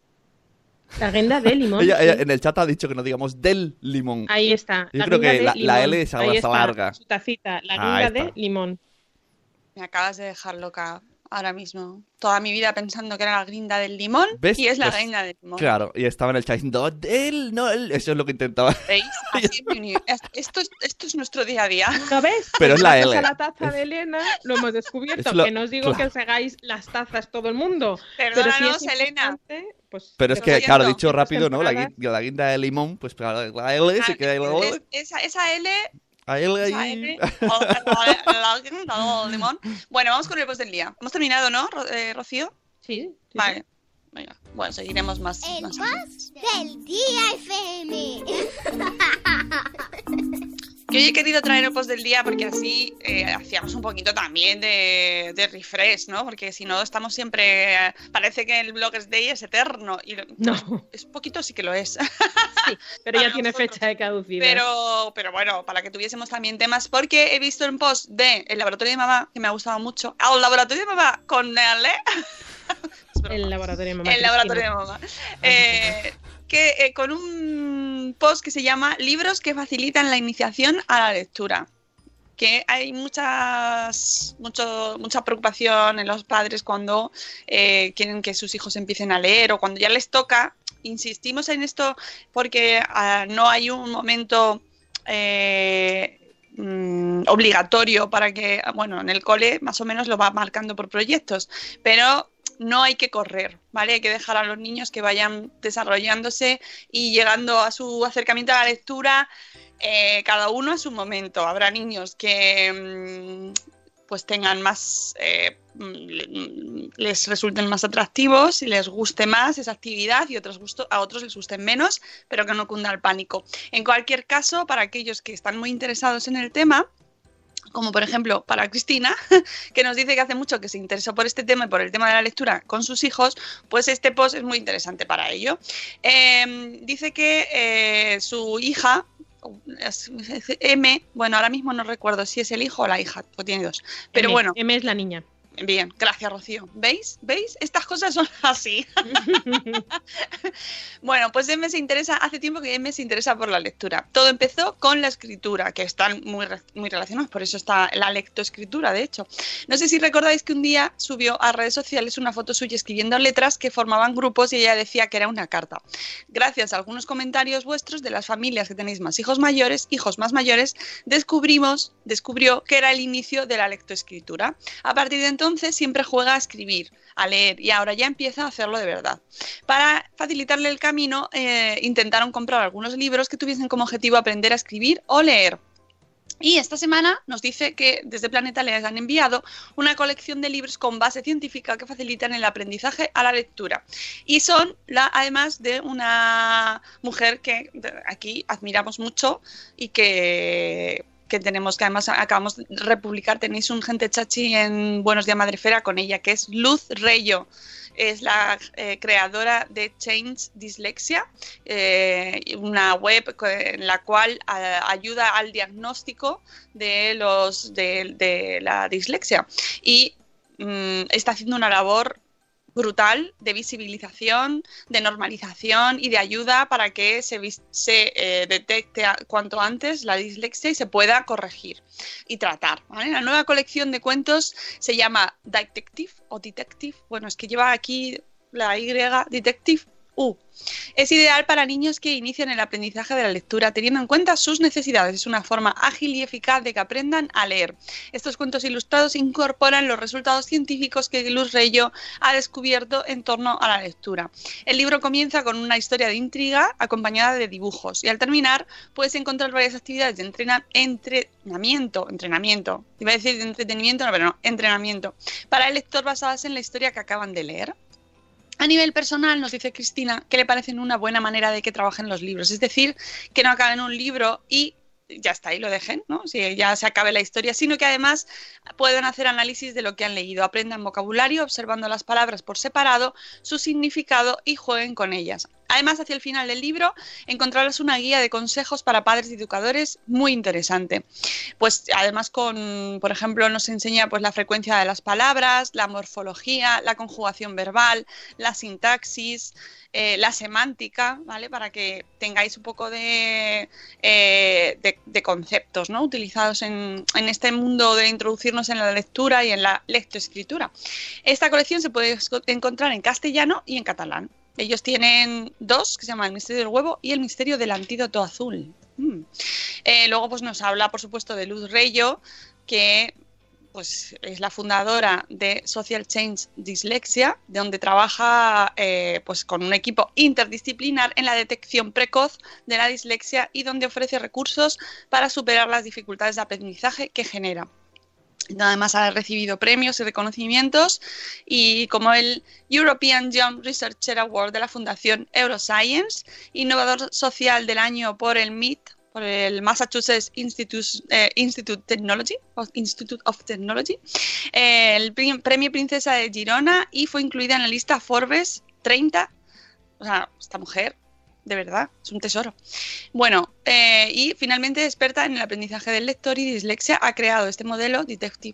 La guinda de limón. Ella en el chat ha dicho que no digamos del limón. Ahí está. Yo creo que la L es larga. Su tacita, la guinda de limón. Me acabas de dejar loca ahora mismo. Toda mi vida pensando que era la guinda del limón. ¿Ves? Y es la guinda del limón. Claro, y estaba en el chat diciendo eso es lo que intentaba. ¿Veis? Así esto es nuestro día a día. ¿Lo ves? Pero es la L. A la taza de Elena lo hemos descubierto. Que no os digo que os hagáis las tazas todo el mundo. Perdónanos, si Elena. Pues, pero es que, claro, dicho rápido, ¿no? La guinda de limón, pues claro, la L se queda ahí. Esa L... A él ahí. Limón. Bueno, vamos con el post del día. Hemos terminado, ¿no, Rocío? Sí. Vale. Venga. Bueno, seguiremos más. El post del día FM. Que hoy he querido traer el post del día porque así hacíamos un poquito también de refresh, ¿no? Porque si no estamos siempre... parece que el Bloggers Day es eterno. Y no. Es poquito, sí que lo es. Sí, pero ya tiene fecha de caducidad. Pero bueno, para que tuviésemos también temas, porque he visto el post de El Laboratorio de Mamá, que me ha gustado mucho. El Laboratorio de Mamá con Ale. El Laboratorio de Mamá. El Laboratorio de Mamá. Con un post que se llama Libros que facilitan la iniciación a la lectura. Que hay mucha preocupación en los padres cuando quieren que sus hijos empiecen a leer, o cuando ya les toca. Insistimos en esto porque no hay un momento obligatorio para que, bueno, en el cole más o menos lo va marcando por proyectos, pero no hay que correr, ¿vale? Hay que dejar a los niños que vayan desarrollándose y llegando a su acercamiento a la lectura, cada uno a su momento. Habrá niños que pues tengan más, les resulten más atractivos y les guste más esa actividad, y a otros les gusten menos, pero que no cunda el pánico. En cualquier caso, para aquellos que están muy interesados en el tema, como por ejemplo para Cristina, que nos dice que hace mucho que se interesó por este tema y por el tema de la lectura con sus hijos, pues este post es muy interesante para ello. Dice que su hija, M, bueno, ahora mismo no recuerdo si es el hijo o la hija, pues tiene dos, pero M, bueno. M es la niña. Bien, gracias, Rocío. ¿Veis? Estas cosas son así. Bueno, pues Emme hace tiempo que Emme se interesa por la lectura. Todo empezó con la escritura, que están muy relacionados, por eso está la lectoescritura, de hecho. No sé si recordáis que un día subió a redes sociales una foto suya escribiendo letras que formaban grupos y ella decía que era una carta. Gracias a algunos comentarios vuestros de las familias que tenéis más hijos más mayores, descubrió que era el inicio de la lectoescritura. A partir de entonces siempre juega a escribir, a leer, y ahora ya empieza a hacerlo de verdad. Para facilitarle el camino, intentaron comprar algunos libros que tuviesen como objetivo aprender a escribir o leer. Y esta semana nos dice que desde Planeta les han enviado una colección de libros con base científica que facilitan el aprendizaje a la lectura. Y son, además de una mujer que aquí admiramos mucho y que tenemos, que además acabamos de republicar, tenéis un Gente Chachi en Buenos Días Madrefera con ella, que es Luz Reyo. Es la creadora de Change Dyslexia, una web en la cual ayuda al diagnóstico de la dislexia. Y está haciendo una labor brutal de visibilización, de normalización y de ayuda para que se detecte cuanto antes la dislexia y se pueda corregir y tratar, ¿vale? La nueva colección de cuentos se llama Detective o Detective, bueno, es que lleva aquí la Y, Detective U. Es ideal para niños que inician el aprendizaje de la lectura teniendo en cuenta sus necesidades. Es una forma ágil y eficaz de que aprendan a leer. Estos cuentos ilustrados incorporan los resultados científicos que Luz Reyo ha descubierto en torno a la lectura. El libro comienza con una historia de intriga acompañada de dibujos y al terminar puedes encontrar varias actividades de entrenamiento. Iba a decir de entretenimiento, no, pero no, entrenamiento. Para el lector basadas en la historia que acaban de leer. A nivel personal, nos dice Cristina que le parecen una buena manera de que trabajen los libros. Es decir, que no acaben un libro y ya está, y lo dejen, ¿no? Si ya se acabe la historia, sino que además pueden hacer análisis de lo que han leído, aprendan vocabulario observando las palabras por separado, su significado y jueguen con ellas. Además, hacia el final del libro encontrarás una guía de consejos para padres y educadores muy interesante. Pues además por ejemplo, nos enseña pues la frecuencia de las palabras, la morfología, la conjugación verbal, la sintaxis, la semántica, ¿vale? Para que tengáis un poco de conceptos, ¿no? Utilizados en este mundo de introducirnos en la lectura y en la lectoescritura. Esta colección se puede encontrar en castellano y en catalán. Ellos tienen dos, que se llaman El misterio del huevo y El misterio del antídoto azul. Luego pues nos habla, por supuesto, de Luz Reyo, que pues es la fundadora de Social Change Dyslexia, donde trabaja pues con un equipo interdisciplinar en la detección precoz de la dislexia y donde ofrece recursos para superar las dificultades de aprendizaje que genera. Además ha recibido premios y reconocimientos y como el European Young Researcher Award de la Fundación Euroscience, innovador social del año por el MIT, por el Massachusetts Institute of Technology, el premio Princesa de Girona y fue incluida en la lista Forbes 30. O sea, esta mujer de verdad, es un tesoro. Bueno, y finalmente experta en el aprendizaje del lector y dislexia, ha creado este modelo Detective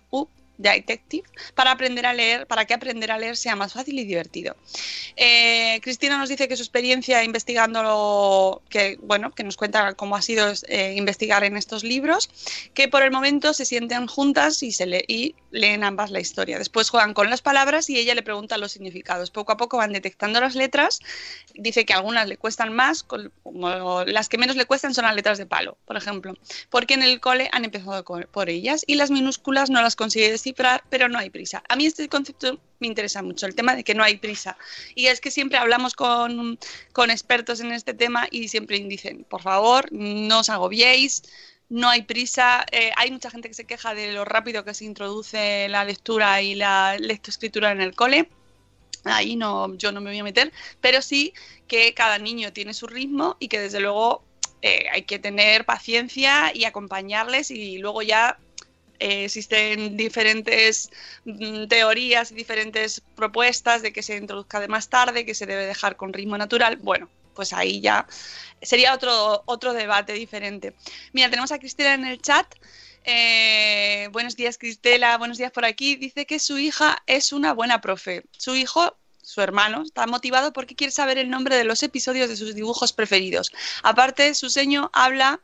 para aprender a leer, para que aprender a leer sea más fácil y divertido. Cristina nos dice que su experiencia investigando, que nos cuenta cómo ha sido investigar en estos libros, que por el momento se sienten juntas y leen ambas la historia. Después juegan con las palabras y ella le pregunta los significados. Poco a poco van detectando las letras. Dice que algunas le cuestan más, como las que menos le cuestan son las letras de palo, por ejemplo, porque en el cole han empezado por ellas y las minúsculas no las consigue descifrar, pero no hay prisa. A mí este concepto me interesa mucho, el tema de que no hay prisa. Y es que siempre hablamos con expertos en este tema y siempre dicen, por favor, no os agobiéis, no hay prisa. Hay mucha gente que se queja de lo rápido que se introduce la lectura y la lectoescritura en el cole. Ahí yo no me voy a meter, pero sí que cada niño tiene su ritmo y que desde luego hay que tener paciencia y acompañarles y luego ya existen diferentes teorías y diferentes propuestas de que se introduzca de más tarde, que se debe dejar con ritmo natural. Bueno, pues ahí ya sería otro debate diferente. Mira, tenemos a Cristina en el chat. Buenos días, Cristela. Buenos días por aquí. Dice que su hija es una buena profe. Su hijo, su hermano, está motivado porque quiere saber el nombre de los episodios de sus dibujos preferidos. Aparte, Suseño habla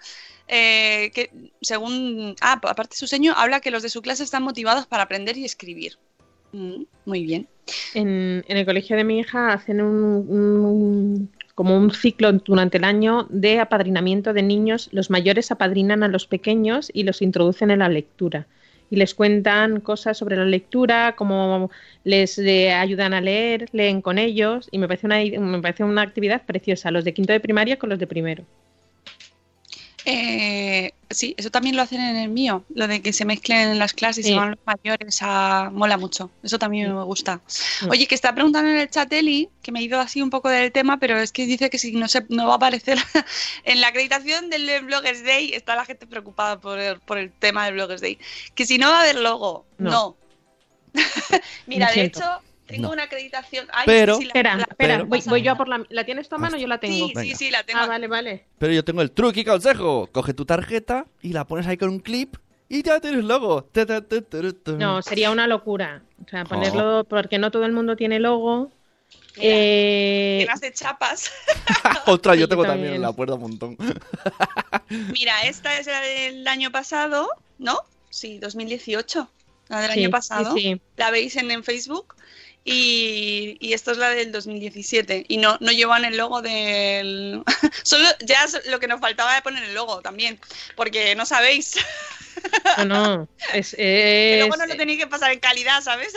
aparte Suseño habla que los de su clase están motivados para aprender y escribir. Muy bien. En el colegio de mi hija hacen como un ciclo durante el año de apadrinamiento de niños. Los mayores apadrinan a los pequeñños y los introducen en la lectura. Y les cuentan cosas sobre la lectura, cómo les ayudan a leer, leen con ellos. Y me parece una actividad preciosa, los de quinto de primaria con los de primero. Sí, eso también lo hacen en el mío, lo de que se mezclen en las clases y van los mayores, mola mucho, eso también me gusta. Oye, que está preguntando en el chat Eli, que me he ido así un poco del tema, pero es que dice que si no va a aparecer en la acreditación del Bloggers Day, está la gente preocupada por el tema del Bloggers Day, que si no va a haber logo, no. Mira, de hecho... Tengo una acreditación. Ay, pero, no sé si espera, voy yo a por la... ¿La tienes tú a mano? Yo la tengo. Sí, la tengo. Vale. Pero yo tengo el truco y consejo. Coge tu tarjeta y la pones ahí con un clip y ya tienes logo. No, sería una locura. O sea, ponerlo... Porque no todo el mundo tiene logo. Llenas de chapas. Otra, yo tengo también la puerta un montón. Mira, esta es la del año pasado, ¿no? Sí, 2018. La del año pasado. Sí. La veis en Facebook. Y esto es la del 2017 y no llevan el logo del... Solo ya lo que nos faltaba de poner el logo también, porque no sabéis. No, el logo no lo tenéis que pasar en calidad, ¿sabes?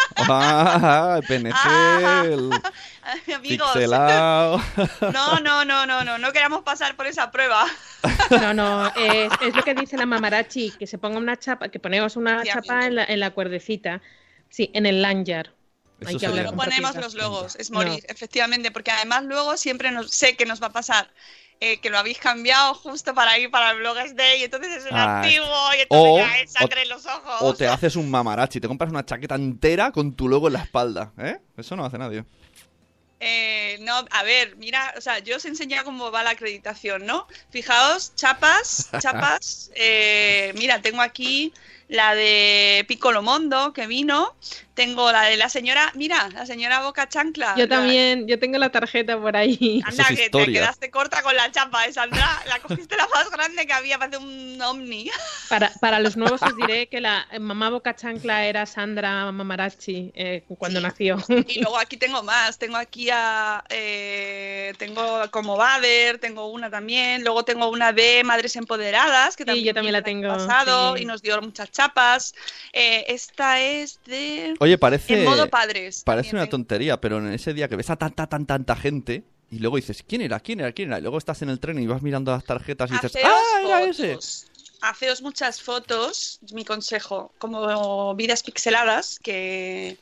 Penecel. Amigos. Pixelado. No queramos pasar por esa prueba. No, es lo que dice la mamarachi, que se ponga una chapa, que ponemos una chapa en la cuerdecita, sí, en el lanyard. Hay que hablar no ponemos los logos, es morir, efectivamente, porque además luego siempre sé que nos va a pasar que lo habéis cambiado justo para ir para el Bloggers Day y entonces es un antiguo y entonces ya es sangre en los ojos. O te haces un mamarachi, te compras una chaqueta entera con tu logo en la espalda, ¿eh? Eso no hace nadie. No, a ver, mira, o sea, yo os he enseñado cómo va la acreditación, ¿no? Fijaos, chapas, mira, tengo aquí la de Piccolo Mondo, que vino, tengo la de la señora, mira, la señora Boca Chancla. Yo también, yo tengo la tarjeta por ahí. Anda, que te quedaste corta con la chapa, Sandra, la cogiste la más grande que había, parece un ovni. Para los nuevos os diré que la mamá Boca Chancla era Sandra Mamarachi cuando nació. Y luego aquí tengo más, tengo aquí tengo como Bader, tengo una también, luego tengo una de Madres Empoderadas, que también, yo también la tengo pasado, y nos dio muchas chapas. Esta es de... Oye, parece... En modo padres. Parece una tontería, pero en ese día que ves a tanta gente y luego dices, ¿quién era? Y luego estás en el tren y vas mirando las tarjetas y dices, era ese. Haceos muchas fotos, es mi consejo, como vidas pixeladas, que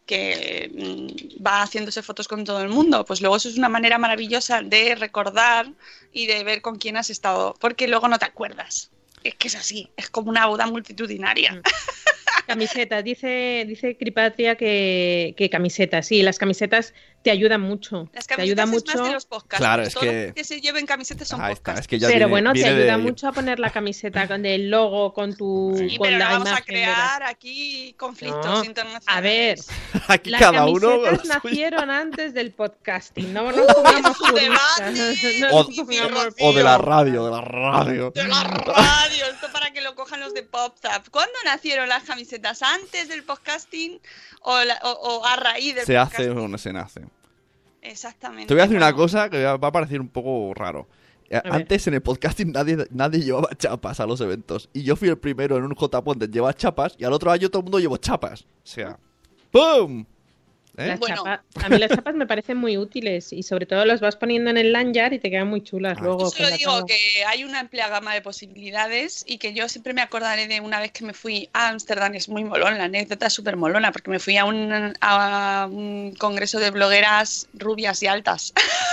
va haciéndose fotos con todo el mundo, pues luego eso es una manera maravillosa de recordar y de ver con quién has estado, porque luego no te acuerdas. Es que es así, es como una boda multitudinaria. Camisetas, dice Cripatria que camisetas, sí, las camisetas te ayudan mucho. Las camisetas es más de los podcasts. Claro, es todo que... lo que se lleven camisetas son podcasts. Es que ya pero bueno, te ayuda mucho a poner la camiseta con el logo, con tu... Sí, con pero la no vamos imagen, a crear aquí conflictos internacionales. A ver, aquí las cada uno camisetas nacieron antes del podcasting, no nos pongamos puristas. O de la radio. De la radio, esto para que lo cojan los de PopZap. ¿Cuándo nacieron las camisetas? ¿Antes del podcasting o a raíz del se podcasting? hace o no se nace. Exactamente. Te voy a decir una cosa que va a parecer un poco raro. Antes en el podcasting nadie llevaba chapas a los eventos. Y yo fui el primero en un JPON de llevar chapas y al otro año todo el mundo llevó chapas. O sea, ¡pum! A mí las chapas me parecen muy útiles y sobre todo las vas poniendo en el lanyard y te quedan muy chulas luego. Yo solo digo que hay una amplia gama de posibilidades y que yo siempre me acordaré de una vez que me fui a Ámsterdam, es muy molón, la anécdota es súper molona, porque me fui a un congreso de blogueras rubias y altas.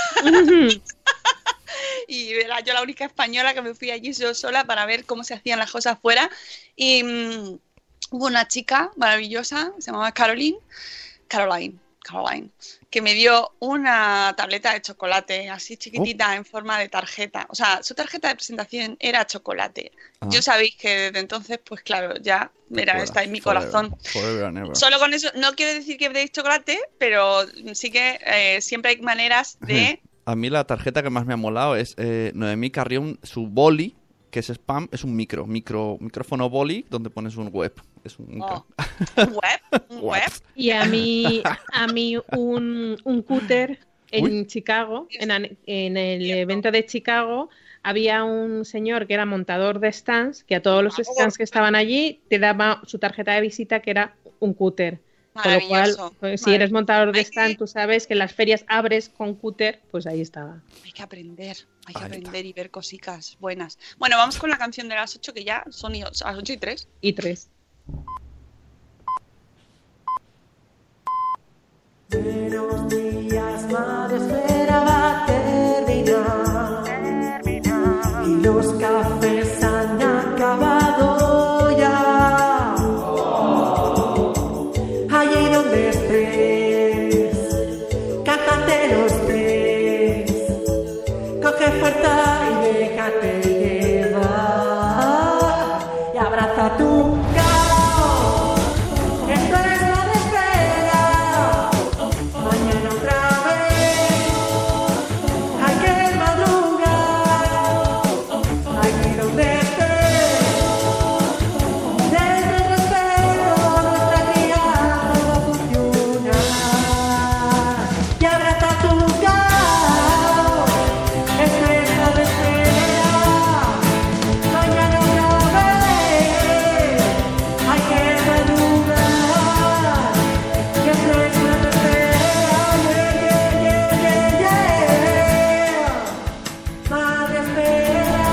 Y era yo la única española que me fui allí yo sola para ver cómo se hacían las cosas fuera. Y hubo una chica maravillosa, se llamaba Caroline, que me dio una tableta de chocolate así chiquitita en forma de tarjeta. O sea, su tarjeta de presentación era chocolate. Yo sabéis que desde entonces, pues claro, ya está en mi corazón. Forever and ever. Solo con eso, no quiero decir que deis chocolate, pero sí que siempre hay maneras de... A mí la tarjeta que más me ha molado es Noemí Carrión, su boli, que es spam, es un micrófono boli donde pones un web. Es un web. Y a mí un cúter en Chicago, en el evento de Chicago, había un señor que era montador de stands, que a todos los stands que estaban allí te daba su tarjeta de visita, que era un cúter. Con lo cual, pues, si eres montador de stand, tú sabes que en las ferias abres con cúter, pues ahí estaba. Hay que aprender y ver cositas buenas. Bueno, vamos con la canción de las 8, que ya son las 8 y 3. Y 3. Buenos días, madre, espera, va a terminar. Y los cafés han acabado ya. Allí donde estés, cátate los tres. Coge fuerza y déjate llevar. Y abraza tu caos. Esto es la espera. Mañana otra vez. Hay que madrugar. Allí donde estés. Desde el respeto, nuestra guía todo funciona. Y abraza tu caos. Esto es la espera. Mañana otra vez. Hay que madrugar. Y esto es la espera. Madre espera.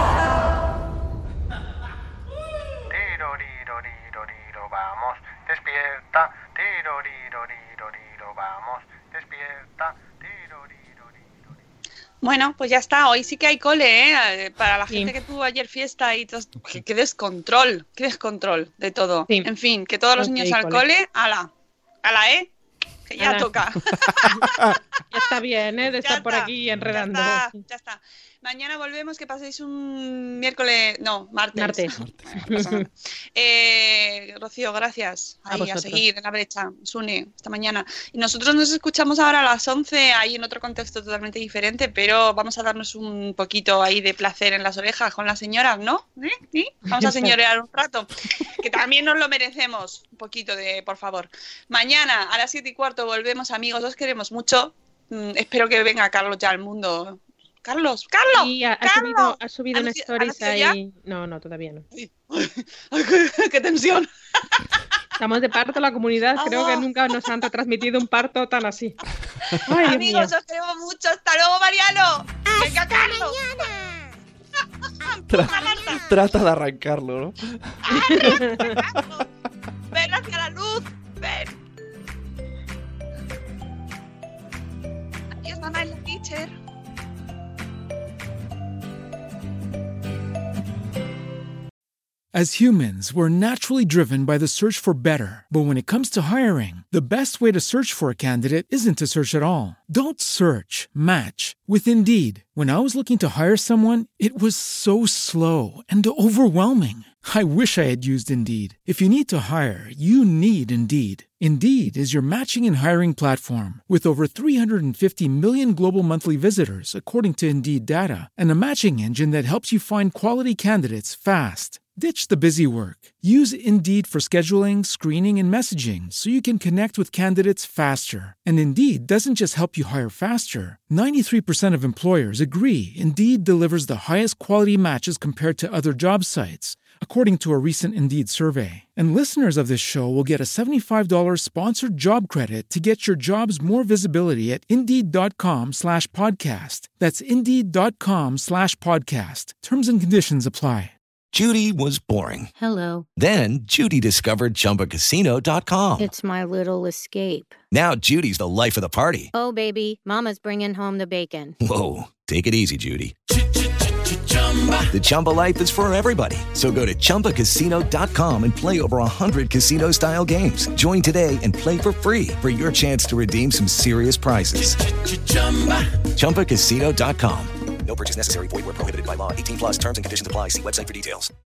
Tiro, vamos, despierta. Tiro, vamos, despierta. Bueno, pues ya está. Hoy sí que hay cole, ¿eh? Para la gente que tuvo ayer fiesta y todo. Qué descontrol de todo. Sí. En fin, que todos los niños al cole, ala, que ya Ala. toca. Ya está bien, de estar por aquí enredando. Ya está. Mañana volvemos, que paséis un martes. Martes. No pasa nada. Rocío, gracias. A A vosotros. seguir en la brecha. Sune, hasta mañana. Y nosotros nos escuchamos ahora a las 11, ahí en otro contexto totalmente diferente, pero vamos a darnos un poquito ahí de placer en las orejas con las señoras, ¿no? ¿Sí? Vamos a señorear un rato, que también nos lo merecemos. Un poquito de, por favor. Mañana a las 7:15 volvemos, amigos. Os queremos mucho. Espero que venga Carlos ya al mundo. Carlos. Sí, ha subido una stories ahí. No, todavía no. Ay, ¡Qué tensión! Estamos de parto la comunidad. Creo que nunca nos han retransmitido un parto tan así. Ay, Dios Amigos, mío. os queremos mucho. ¡Hasta luego, Mariano! ¡Venga, Carlos! Trata de arrancarlo, ¿no? ¡Ven hacia la luz! ¡Ven! Adiós, mamá, es la teacher. As humans, we're naturally driven by the search for better. But when it comes to hiring, the best way to search for a candidate isn't to search at all. Don't search, match with Indeed. When I was looking to hire someone, it was so slow and overwhelming. I wish I had used Indeed. If you need to hire, you need Indeed. Indeed is your matching and hiring platform with over 350 million global monthly visitors, according to Indeed data, and a matching engine that helps you find quality candidates fast. Ditch the busy work. Use Indeed for scheduling, screening, and messaging so you can connect with candidates faster. And Indeed doesn't just help you hire faster. 93% of employers agree Indeed delivers the highest quality matches compared to other job sites, according to a recent Indeed survey. And listeners of this show will get a $75 sponsored job credit to get your jobs more visibility at Indeed.com/podcast. That's Indeed.com/podcast. Terms and conditions apply. Judy was boring. Hello. Then Judy discovered ChumbaCasino.com. It's my little escape. Now Judy's the life of the party. Oh, baby, mama's bringing home the bacon. Whoa, take it easy, Judy. The Chumba life is for everybody. So go to ChumbaCasino.com and play over 100 casino-style games. Join today and play for free for your chance to redeem some serious prizes. ChumbaCasino.com. No purchase necessary. Void where prohibited by law. 18 plus terms and conditions apply. See website for details.